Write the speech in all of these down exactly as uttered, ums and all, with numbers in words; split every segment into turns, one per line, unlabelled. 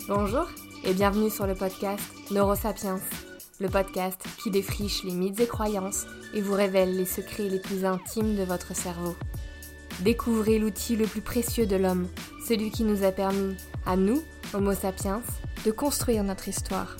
Bonjour et bienvenue sur le podcast Neurosapiens, le podcast qui défriche les mythes et croyances et vous révèle les secrets les plus intimes de votre cerveau. Découvrez l'outil le plus précieux de l'homme, celui qui nous a permis, à nous, Homo sapiens, de construire notre histoire.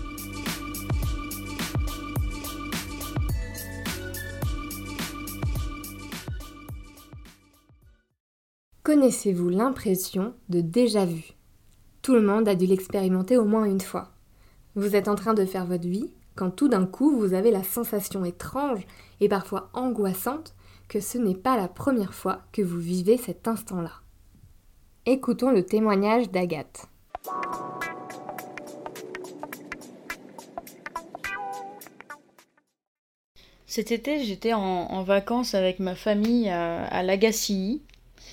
Connaissez-vous l'impression de déjà-vu ? Tout le monde a dû l'expérimenter au moins une fois. Vous êtes en train de faire votre vie quand tout d'un coup vous avez la sensation étrange et parfois angoissante que ce n'est pas la première fois que vous vivez cet instant-là. Écoutons le témoignage d'Agathe.
Cet été, j'étais en, en vacances avec ma famille à, à Lagacilly.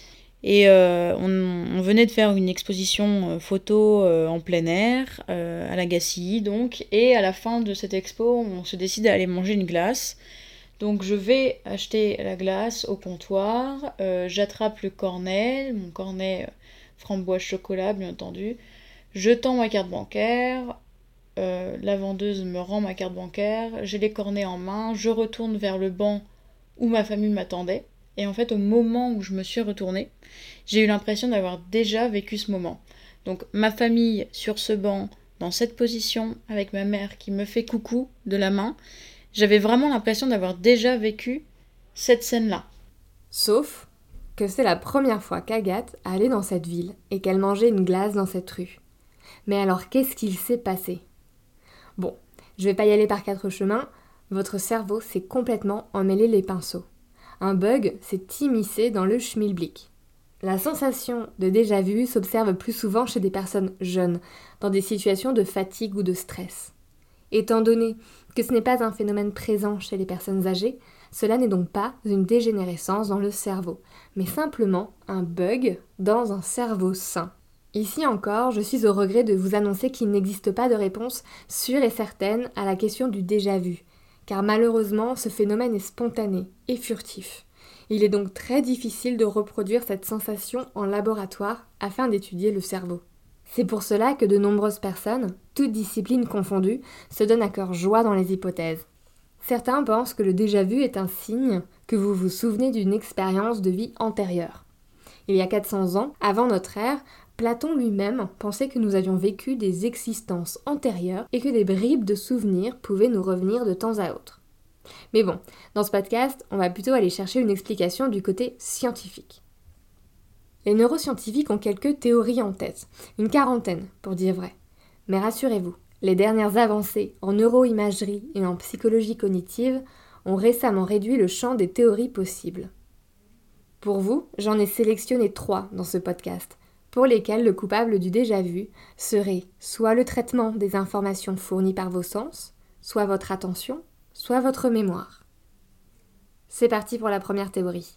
Et euh, on, on venait de faire une exposition euh, photo euh, en plein air, euh, à Lagacilly donc. Et à la fin de cette expo, on se décide à aller manger une glace. Donc je vais acheter la glace au comptoir, euh, j'attrape le cornet, mon cornet euh, framboise chocolat bien entendu. Je tends ma carte bancaire, euh, la vendeuse me rend ma carte bancaire, j'ai les cornets en main, je retourne vers le banc où ma famille m'attendait. Et en fait, au moment où je me suis retournée, j'ai eu l'impression d'avoir déjà vécu ce moment. Donc ma famille sur ce banc, dans cette position, avec ma mère qui me fait coucou de la main, j'avais vraiment l'impression d'avoir déjà vécu cette scène-là.
Sauf que c'est la première fois qu'Agathe allait dans cette ville et qu'elle mangeait une glace dans cette rue. Mais alors qu'est-ce qu'il s'est passé ? Bon, je vais pas y aller par quatre chemins, votre cerveau s'est complètement emmêlé les pinceaux. Un bug s'est immiscé dans le schmilblick. La sensation de déjà-vu s'observe plus souvent chez des personnes jeunes, dans des situations de fatigue ou de stress. Étant donné que ce n'est pas un phénomène présent chez les personnes âgées, cela n'est donc pas une dégénérescence dans le cerveau, mais simplement un bug dans un cerveau sain. Ici encore, je suis au regret de vous annoncer qu'il n'existe pas de réponse sûre et certaine à la question du déjà-vu, car malheureusement, ce phénomène est spontané et furtif. Il est donc très difficile de reproduire cette sensation en laboratoire afin d'étudier le cerveau. C'est pour cela que de nombreuses personnes, toutes disciplines confondues, se donnent à cœur joie dans les hypothèses. Certains pensent que le déjà-vu est un signe que vous vous souvenez d'une expérience de vie antérieure. Il y a quatre cents ans, avant notre ère, Platon lui-même pensait que nous avions vécu des existences antérieures et que des bribes de souvenirs pouvaient nous revenir de temps à autre. Mais bon, dans ce podcast, on va plutôt aller chercher une explication du côté scientifique. Les neuroscientifiques ont quelques théories en tête, une quarantaine pour dire vrai. Mais rassurez-vous, les dernières avancées en neuroimagerie et en psychologie cognitive ont récemment réduit le champ des théories possibles. Pour vous, j'en ai sélectionné trois dans ce podcast, pour lesquels le coupable du déjà-vu serait soit le traitement des informations fournies par vos sens, soit votre attention, soit votre mémoire. C'est parti pour la première théorie.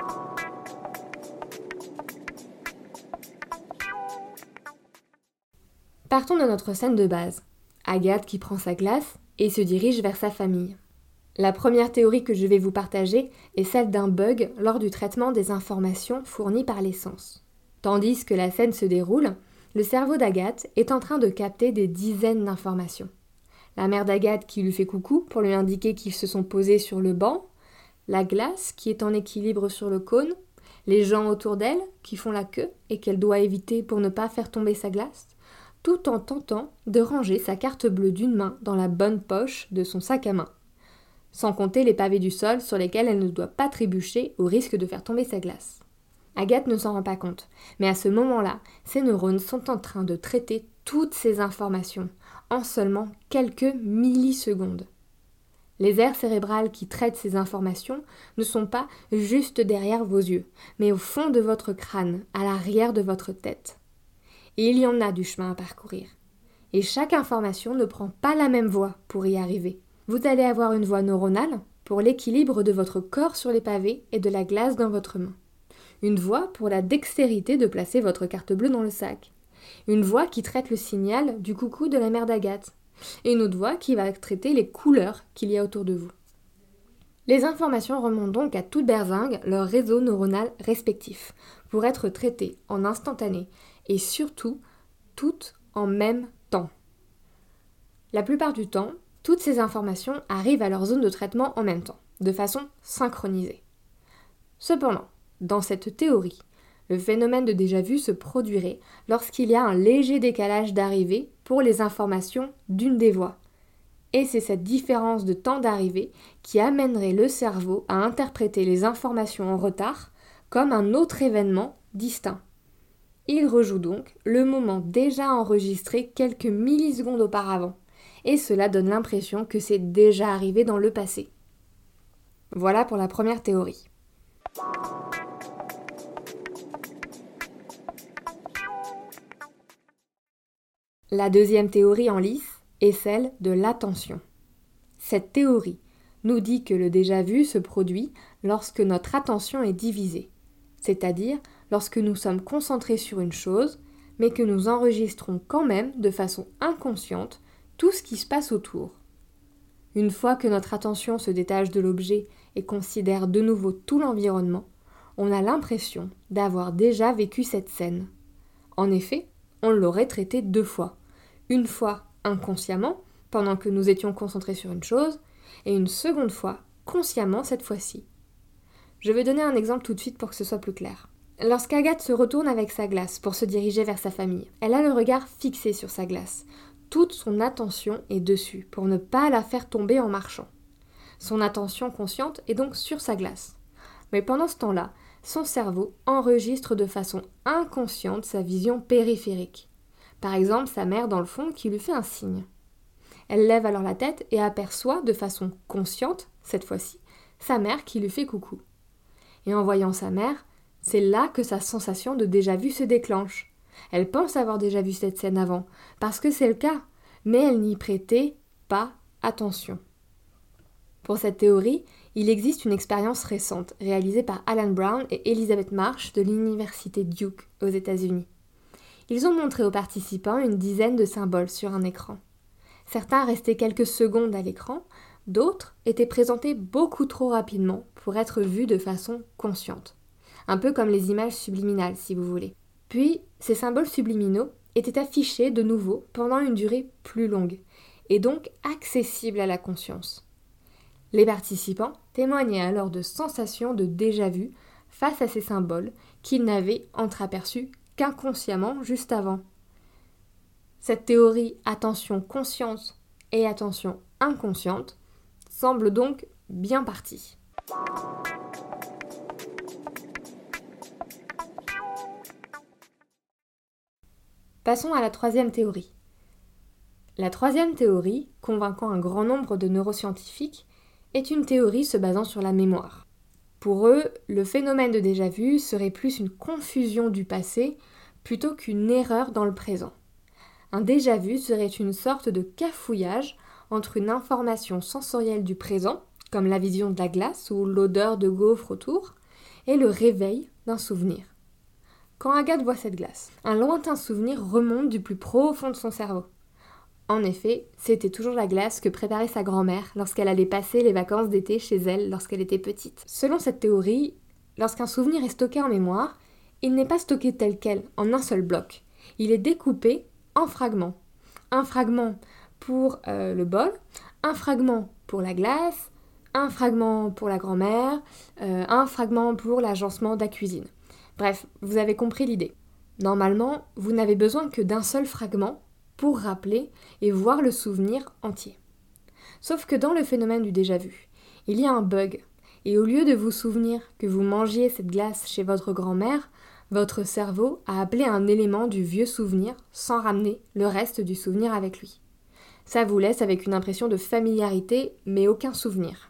Partons de notre scène de base. Agathe qui prend sa glace et se dirige vers sa famille. La première théorie que je vais vous partager est celle d'un bug lors du traitement des informations fournies par les sens. Tandis que la scène se déroule, le cerveau d'Agathe est en train de capter des dizaines d'informations. La mère d'Agathe qui lui fait coucou pour lui indiquer qu'ils se sont posés sur le banc, la glace qui est en équilibre sur le cône, les gens autour d'elle qui font la queue et qu'elle doit éviter pour ne pas faire tomber sa glace, tout en tentant de ranger sa carte bleue d'une main dans la bonne poche de son sac à main. Sans compter les pavés du sol sur lesquels elle ne doit pas trébucher au risque de faire tomber sa glace. Agathe ne s'en rend pas compte, mais à ce moment-là, ses neurones sont en train de traiter toutes ces informations en seulement quelques millisecondes. Les aires cérébrales qui traitent ces informations ne sont pas juste derrière vos yeux, mais au fond de votre crâne, à l'arrière de votre tête. Et il y en a du chemin à parcourir. Et chaque information ne prend pas la même voie pour y arriver. Vous allez avoir une voie neuronale pour l'équilibre de votre corps sur les pavés et de la glace dans votre main. Une voie pour la dextérité de placer votre carte bleue dans le sac. Une voie qui traite le signal du coucou de la mère d'Agathe. Et une autre voie qui va traiter les couleurs qu'il y a autour de vous. Les informations remontent donc à toute berzingue leur réseau neuronal respectif pour être traitées en instantané et surtout toutes en même temps. La plupart du temps, toutes ces informations arrivent à leur zone de traitement en même temps, de façon synchronisée. Cependant, dans cette théorie, le phénomène de déjà-vu se produirait lorsqu'il y a un léger décalage d'arrivée pour les informations d'une des voies. Et c'est cette différence de temps d'arrivée qui amènerait le cerveau à interpréter les informations en retard comme un autre événement distinct. Il rejoue donc le moment déjà enregistré quelques millisecondes auparavant, et cela donne l'impression que c'est déjà arrivé dans le passé. Voilà pour la première théorie. La deuxième théorie en lice est celle de l'attention. Cette théorie nous dit que le déjà-vu se produit lorsque notre attention est divisée, c'est-à-dire lorsque nous sommes concentrés sur une chose, mais que nous enregistrons quand même de façon inconsciente tout ce qui se passe autour. Une fois que notre attention se détache de l'objet et considère de nouveau tout l'environnement, on a l'impression d'avoir déjà vécu cette scène. En effet, on l'aurait traitée deux fois. Une fois inconsciemment, pendant que nous étions concentrés sur une chose, et une seconde fois, consciemment cette fois-ci. Je vais donner un exemple tout de suite pour que ce soit plus clair. Lorsqu'Agathe se retourne avec sa glace pour se diriger vers sa famille, elle a le regard fixé sur sa glace. Toute son attention est dessus, pour ne pas la faire tomber en marchant. Son attention consciente est donc sur sa glace. Mais pendant ce temps-là, son cerveau enregistre de façon inconsciente sa vision périphérique. Par exemple, sa mère dans le fond qui lui fait un signe. Elle lève alors la tête et aperçoit de façon consciente, cette fois-ci, sa mère qui lui fait coucou. Et en voyant sa mère, c'est là que sa sensation de déjà-vu se déclenche. Elle pense avoir déjà vu cette scène avant, parce que c'est le cas, mais elle n'y prêtait pas attention. Pour cette théorie, il existe une expérience récente réalisée par Alan Brown et Elizabeth Marsh de l'université Duke aux États-Unis. Ils ont montré aux participants une dizaine de symboles sur un écran. Certains restaient quelques secondes à l'écran, d'autres étaient présentés beaucoup trop rapidement pour être vus de façon consciente. Un peu comme les images subliminales, si vous voulez. Puis, ces symboles subliminaux étaient affichés de nouveau pendant une durée plus longue, et donc accessibles à la conscience. Les participants témoignaient alors de sensations de déjà-vu face à ces symboles qu'ils n'avaient entreaperçus qu'inconsciemment juste avant. Cette théorie attention consciente et attention inconsciente semble donc bien partie. Passons à la troisième théorie. La troisième théorie, convainquant un grand nombre de neuroscientifiques, est une théorie se basant sur la mémoire. Pour eux, le phénomène de déjà-vu serait plus une confusion du passé plutôt qu'une erreur dans le présent. Un déjà-vu serait une sorte de cafouillage entre une information sensorielle du présent, comme la vision de la glace ou l'odeur de gaufre autour, et le réveil d'un souvenir. Quand Agathe voit cette glace, un lointain souvenir remonte du plus profond de son cerveau. En effet, c'était toujours la glace que préparait sa grand-mère lorsqu'elle allait passer les vacances d'été chez elle lorsqu'elle était petite. Selon cette théorie, lorsqu'un souvenir est stocké en mémoire, il n'est pas stocké tel quel, en un seul bloc. Il est découpé en fragments. Un fragment pour euh, le bol, un fragment pour la glace, un fragment pour la grand-mère, euh, un fragment pour l'agencement de la cuisine. Bref, vous avez compris l'idée. Normalement, vous n'avez besoin que d'un seul fragment pour rappeler et voir le souvenir entier. Sauf que dans le phénomène du déjà-vu, il y a un bug, et au lieu de vous souvenir que vous mangiez cette glace chez votre grand-mère, votre cerveau a appelé un élément du vieux souvenir sans ramener le reste du souvenir avec lui. Ça vous laisse avec une impression de familiarité, mais aucun souvenir.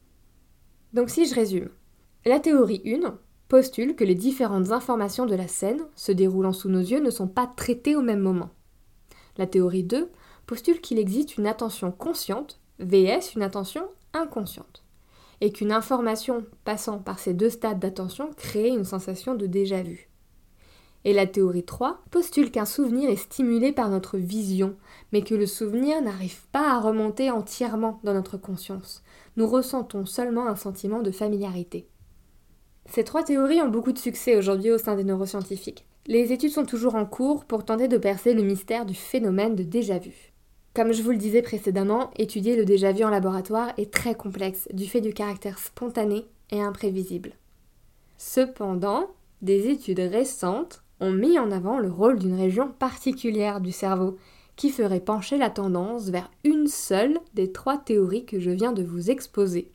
Donc si je résume, la théorie un postule que les différentes informations de la scène se déroulant sous nos yeux ne sont pas traitées au même moment. La théorie deux postule qu'il existe une attention consciente versus une attention inconsciente, et qu'une information passant par ces deux stades d'attention crée une sensation de déjà-vu. Et la théorie trois postule qu'un souvenir est stimulé par notre vision, mais que le souvenir n'arrive pas à remonter entièrement dans notre conscience. Nous ressentons seulement un sentiment de familiarité. Ces trois théories ont beaucoup de succès aujourd'hui au sein des neuroscientifiques. Les études sont toujours en cours pour tenter de percer le mystère du phénomène de déjà-vu. Comme je vous le disais précédemment, étudier le déjà-vu en laboratoire est très complexe du fait du caractère spontané et imprévisible. Cependant, des études récentes ont mis en avant le rôle d'une région particulière du cerveau qui ferait pencher la tendance vers une seule des trois théories que je viens de vous exposer.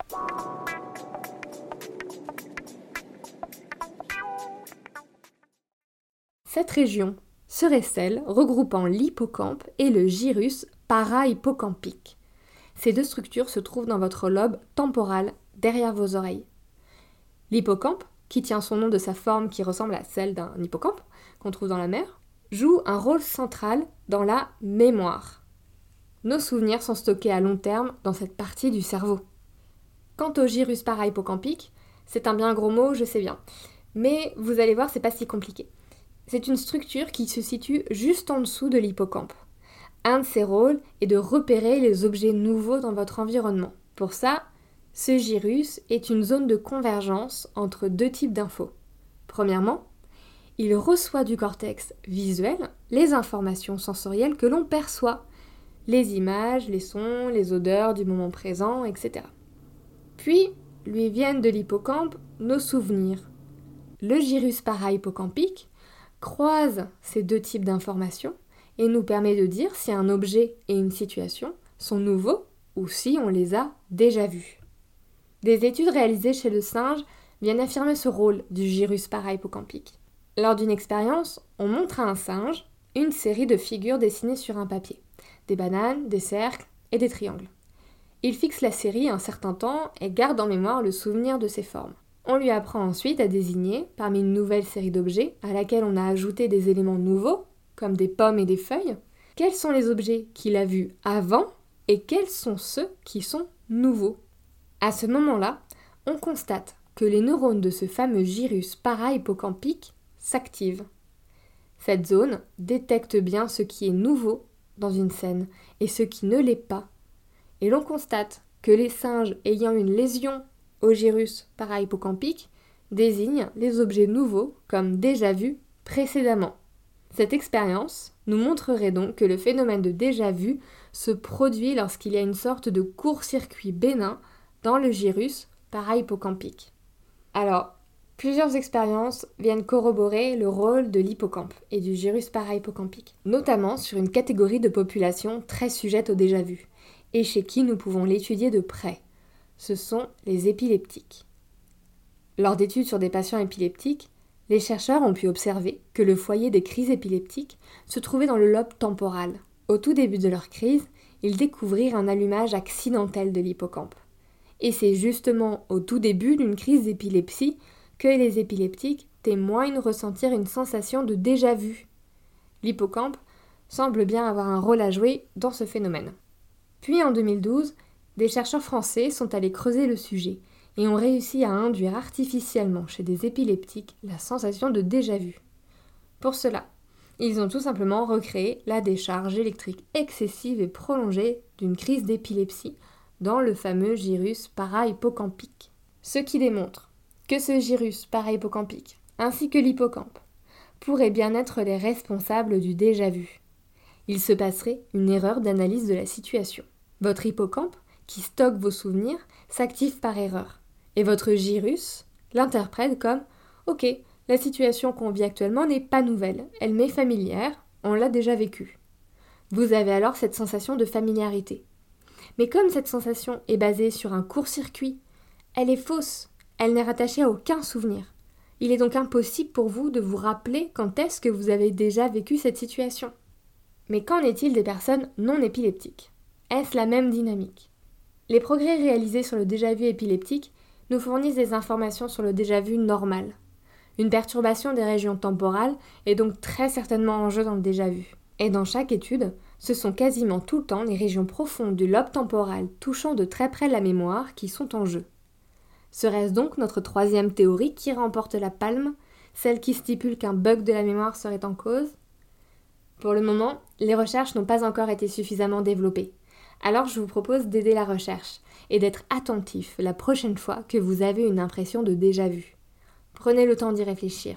Cette région serait celle regroupant l'hippocampe et le gyrus para-hippocampique. Ces deux structures se trouvent dans votre lobe temporal, derrière vos oreilles. L'hippocampe, qui tient son nom de sa forme qui ressemble à celle d'un hippocampe qu'on trouve dans la mer, joue un rôle central dans la mémoire. Nos souvenirs sont stockés à long terme dans cette partie du cerveau. Quant au gyrus para-hippocampique, c'est un bien gros mot, je sais bien, mais vous allez voir, c'est pas si compliqué. C'est une structure qui se situe juste en dessous de l'hippocampe. Un de ses rôles est de repérer les objets nouveaux dans votre environnement. Pour ça, ce gyrus est une zone de convergence entre deux types d'infos. Premièrement, il reçoit du cortex visuel les informations sensorielles que l'on perçoit, les images, les sons, les odeurs du moment présent, et cetera. Puis, lui viennent de l'hippocampe nos souvenirs. Le gyrus para-hippocampique croise ces deux types d'informations et nous permet de dire si un objet et une situation sont nouveaux ou si on les a déjà vus. Des études réalisées chez le singe viennent affirmer ce rôle du gyrus para-hippocampique. Lors d'une expérience, on montre à un singe une série de figures dessinées sur un papier, des bananes, des cercles et des triangles. Il fixe la série un certain temps et garde en mémoire le souvenir de ces formes. On lui apprend ensuite à désigner, parmi une nouvelle série d'objets à laquelle on a ajouté des éléments nouveaux, comme des pommes et des feuilles, quels sont les objets qu'il a vus avant et quels sont ceux qui sont nouveaux. À ce moment-là, on constate que les neurones de ce fameux gyrus para-hippocampique s'activent. Cette zone détecte bien ce qui est nouveau dans une scène et ce qui ne l'est pas. Et l'on constate que les singes ayant une lésion au gyrus para-hippocampique désignent les objets nouveaux comme déjà vus précédemment. Cette expérience nous montrerait donc que le phénomène de déjà-vu se produit lorsqu'il y a une sorte de court-circuit bénin dans le gyrus para-hippocampique. Alors, plusieurs expériences viennent corroborer le rôle de l'hippocampe et du gyrus para-hippocampique, notamment sur une catégorie de population très sujette au déjà-vu, et chez qui nous pouvons l'étudier de près. Ce sont les épileptiques. Lors d'études sur des patients épileptiques, les chercheurs ont pu observer que le foyer des crises épileptiques se trouvait dans le lobe temporal. Au tout début de leur crise, ils découvrirent un allumage accidentel de l'hippocampe. Et c'est justement au tout début d'une crise d'épilepsie que les épileptiques témoignent ressentir une sensation de déjà-vu. L'hippocampe semble bien avoir un rôle à jouer dans ce phénomène. Puis en deux mille douze, des chercheurs français sont allés creuser le sujet et ont réussi à induire artificiellement chez des épileptiques la sensation de déjà-vu. Pour cela, ils ont tout simplement recréé la décharge électrique excessive et prolongée d'une crise d'épilepsie dans le fameux gyrus para-hippocampique. Ce qui démontre que ce gyrus para-hippocampique, ainsi que l'hippocampe, pourraient bien être les responsables du déjà-vu. Il se passerait une erreur d'analyse de la situation. Votre hippocampe, qui stocke vos souvenirs, s'active par erreur. Et votre gyrus l'interprète comme « Ok, la situation qu'on vit actuellement n'est pas nouvelle, elle m'est familière, on l'a déjà vécue. » Vous avez alors cette sensation de familiarité. Mais comme cette sensation est basée sur un court-circuit, elle est fausse, elle n'est rattachée à aucun souvenir. Il est donc impossible pour vous de vous rappeler quand est-ce que vous avez déjà vécu cette situation. Mais qu'en est-il des personnes non épileptiques ? Est-ce la même dynamique ? Les progrès réalisés sur le déjà-vu épileptique nous fournissent des informations sur le déjà-vu normal. Une perturbation des régions temporales est donc très certainement en jeu dans le déjà-vu. Et dans chaque étude, ce sont quasiment tout le temps les régions profondes du lobe temporal touchant de très près la mémoire qui sont en jeu. Serait-ce donc notre troisième théorie qui remporte la palme, celle qui stipule qu'un bug de la mémoire serait en cause ? Pour le moment, les recherches n'ont pas encore été suffisamment développées. Alors je vous propose d'aider la recherche et d'être attentif la prochaine fois que vous avez une impression de déjà-vu. Prenez le temps d'y réfléchir.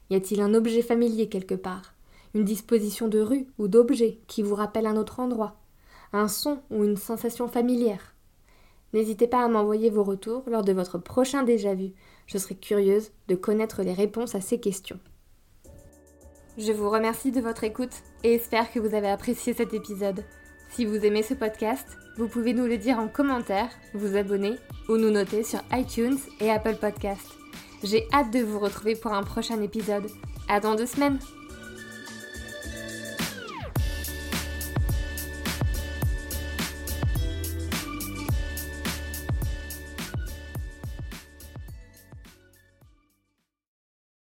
Y a-t-il un objet familier quelque part? Une disposition de rue ou d'objet qui vous rappelle un autre endroit? Un son ou une sensation familière? N'hésitez pas à m'envoyer vos retours lors de votre prochain déjà vu. Je serai curieuse de connaître les réponses à ces questions. Je vous remercie de votre écoute et espère que vous avez apprécié cet épisode. Si vous aimez ce podcast, vous pouvez nous le dire en commentaire, vous abonner ou nous noter sur iTunes et Apple Podcasts. J'ai hâte de vous retrouver pour un prochain épisode. À dans deux semaines!